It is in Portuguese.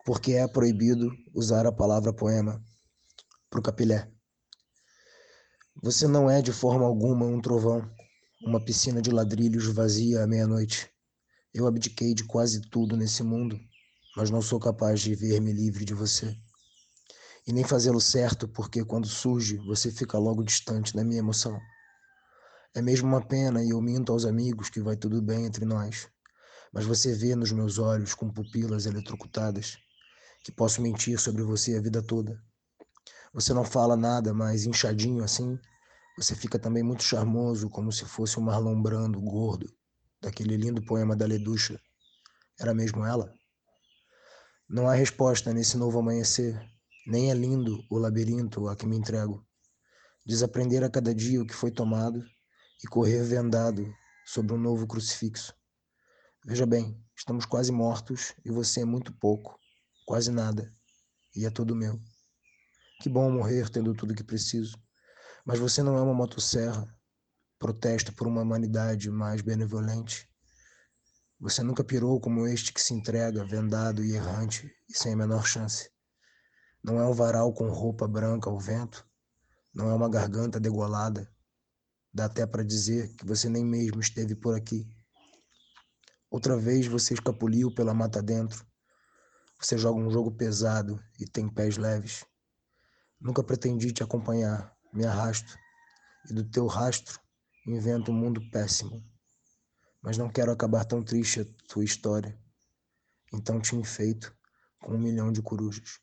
porque é proibido usar a palavra poema pro capilé. Você não é de forma alguma um trovão, uma piscina de ladrilhos vazia à meia-noite. Eu abdiquei de quase tudo nesse mundo, mas não sou capaz de ver-me livre de você. E nem fazê-lo certo, porque quando surge, você fica logo distante da minha emoção. É mesmo uma pena e eu minto aos amigos que vai tudo bem entre nós. Mas você vê nos meus olhos com pupilas eletrocutadas que posso mentir sobre você a vida toda. Você não fala nada, mas inchadinho assim, você fica também muito charmoso, como se fosse um Marlon Brando gordo, daquele lindo poema da Leducha. Era mesmo ela? Não há resposta nesse novo amanhecer, nem é lindo o labirinto a que me entrego. Desaprender a cada dia o que foi tomado e correr vendado sobre um novo crucifixo. Veja bem, estamos quase mortos e você é muito pouco, quase nada, e é tudo meu. Que bom morrer tendo tudo o que preciso, mas você não é uma motosserra, protesto por uma humanidade mais benevolente. Você nunca pirou como este que se entrega, vendado e errante e sem a menor chance. Não é um varal com roupa branca ao vento, não é uma garganta degolada. Dá até para dizer que você nem mesmo esteve por aqui. Outra vez você escapuliu pela mata dentro. Você joga um jogo pesado e tem pés leves. Nunca pretendi te acompanhar, me arrasto, e do teu rastro invento um mundo péssimo. Mas não quero acabar tão triste a tua história. Então te enfeito com 1 milhão de corujas.